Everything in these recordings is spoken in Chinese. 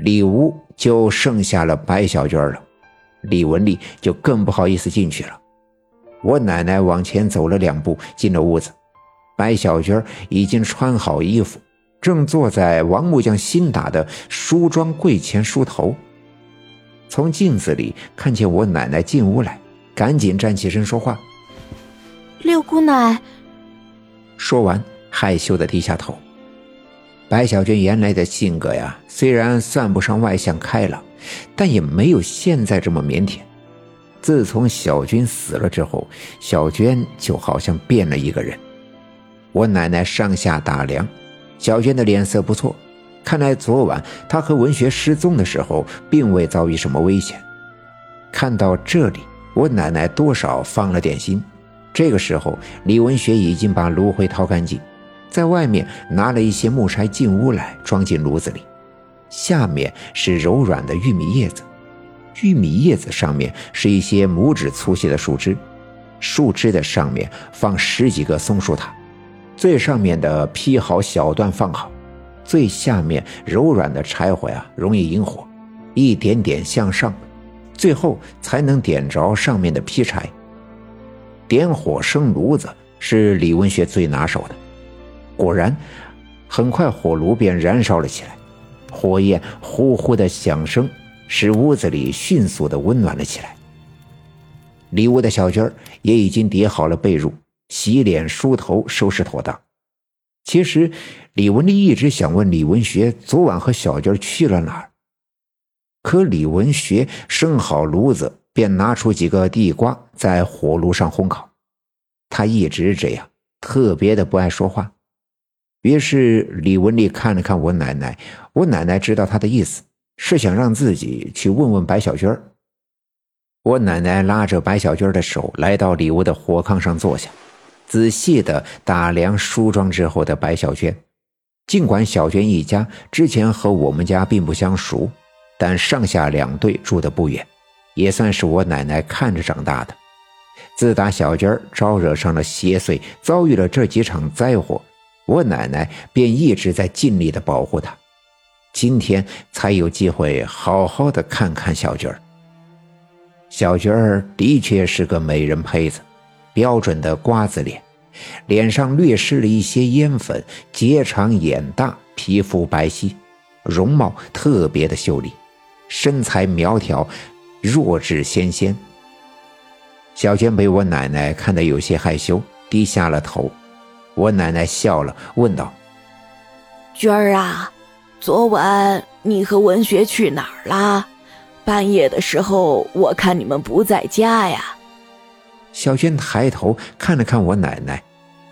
里屋就剩下了白小娟了，李文丽就更不好意思进去了。我奶奶往前走了2步进了屋子，白小娟已经穿好衣服，正坐在王木匠新打的梳妆柜前梳头。从镜子里看见我奶奶进屋来，赶紧站起身说话。 六姑奶。 说完害羞地低下头。白小娟原来的性格呀，虽然算不上外向开朗，但也没有现在这么腼腆。自从小军死了之后，小娟就好像变了一个人。我奶奶上下打量，小娟的脸色不错，看来昨晚她和文学失踪的时候并未遭遇什么危险。看到这里，我奶奶多少放了点心。这个时候，李文学已经把炉灰掏干净，在外面拿了一些木柴进屋来，装进炉子里。下面是柔软的玉米叶子，玉米叶子上面是一些拇指粗细的树枝，树枝的上面放10几个松树塔，最上面的劈好小段放好，最下面柔软的柴火呀，容易引火，一点点向上，最后才能点着上面的劈柴。点火生炉子是李文学最拿手的。果然，很快火炉便燃烧了起来，火焰呼呼的响声使屋子里迅速的温暖了起来。里屋的小娟也已经叠好了被褥，洗脸梳头，收拾妥当。其实李文丽一直想问李文学昨晚和小娟去了哪儿，可李文学生好炉子，便拿出几个地瓜在火炉上烘烤。他一直这样，特别的不爱说话。于是李文丽看了看我奶奶，我奶奶知道她的意思，是想让自己去问问白小娟。我奶奶拉着白小娟的手来到里屋的火炕上坐下，仔细地打量梳妆之后的白小娟。尽管小娟一家之前和我们家并不相熟，但上下2队住得不远，也算是我奶奶看着长大的。自打小娟招惹上了邪祟，遭遇了这几场灾祸，我奶奶便一直在尽力地保护她。今天才有机会好好的看看小娟。小娟的确是个美人胚子，标准的瓜子脸，脸上略施了一些烟粉，睫长眼大，皮肤白皙，容貌特别的秀丽，身材苗条，弱质纤纤。小娟被我奶奶看得有些害羞，低下了头。我奶奶笑了，问道： 娟儿啊，昨晚你和文学去哪儿啦？半夜的时候我看你们不在家呀。 小娟抬头看了看我奶奶。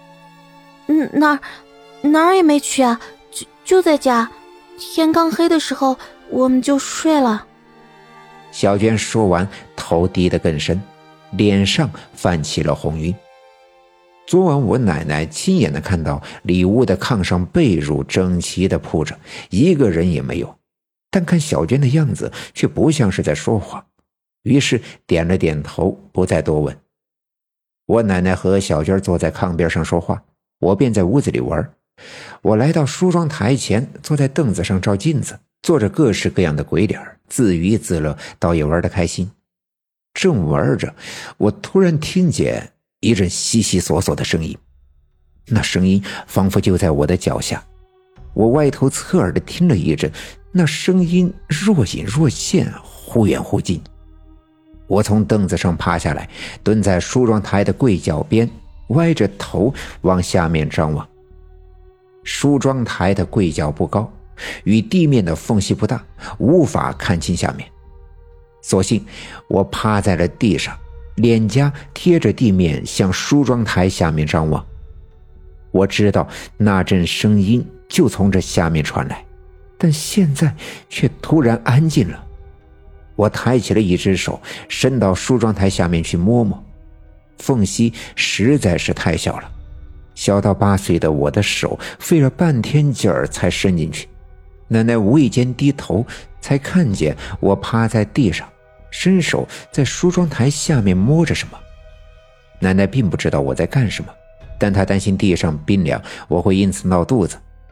哪儿也没去啊，就在家。天刚黑的时候我们就睡了。 小娟说完，头低得更深，脸上泛起了红晕。昨晚我奶奶亲眼地看到里屋的炕上被褥整齐地铺着，一个人也没有，但看小娟的样子却不像是在说谎，于是点了点头，不再多问。我奶奶和小娟坐在炕边上说话，我便在屋子里玩。我来到梳妆台前，坐在凳子上照镜子，做着各式各样的鬼脸，自娱自乐，倒也玩得开心。正玩着，我突然听见一阵悉悉索索的声音，那声音仿佛就在我的脚下。我歪头侧耳地听了一阵，那声音若隐若现，忽远忽近。我从凳子上爬下来，蹲在梳妆台的柜角边，歪着头往下面张望。梳妆台的柜角不高，与地面的缝隙不大，无法看清下面。索性我趴在了地上，脸颊贴着地面向梳妆台下面张望。我知道那阵声音就从这下面传来，但现在却突然安静了。我抬起了一只手，伸到梳妆台下面去摸摸，缝隙实在是太小了，小到8岁的我的手费了半天劲儿才伸进去。奶奶无意间低头，才看见我趴在地上，伸手在梳妆台下面摸着什么。奶奶并不知道我在干什么，但她担心地上冰凉，我会因此闹肚子，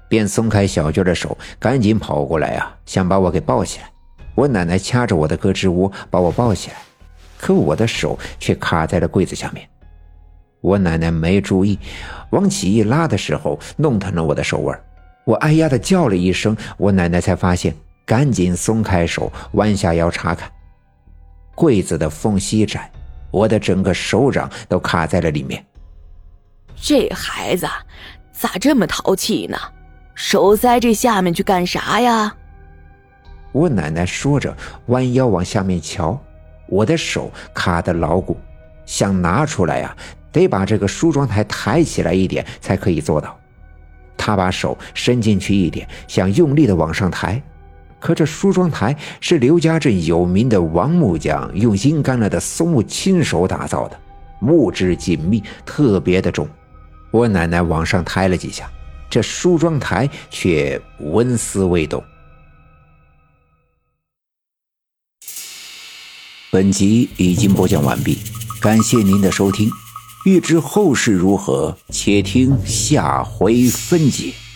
便松开小娟的手，赶紧跑过来想把我给抱起来。我奶奶掐着我的胳肢窝把我抱起来，可我的手却卡在了柜子下面。我奶奶没注意，往起一拉的时候弄疼了我的手腕，我哎呀的叫了一声，我奶奶才发现，赶紧松开手，弯下腰查看。柜子的缝隙窄，我的整个手掌都卡在了里面。 这孩子咋这么淘气呢？手塞这下面去干啥呀？ 我奶奶说着弯腰往下面瞧，我的手卡得牢固，想拿出来得把这个梳妆台抬起来一点才可以做到。她把手伸进去一点，想用力的往上抬，可这梳妆台是刘家镇有名的王木匠用阴干了的松木亲手打造的，木质紧密，特别的重。我奶奶往上抬了几下，这梳妆台却纹丝未动。本集已经播讲完毕，感谢您的收听。欲知后事如何，且听下回分解。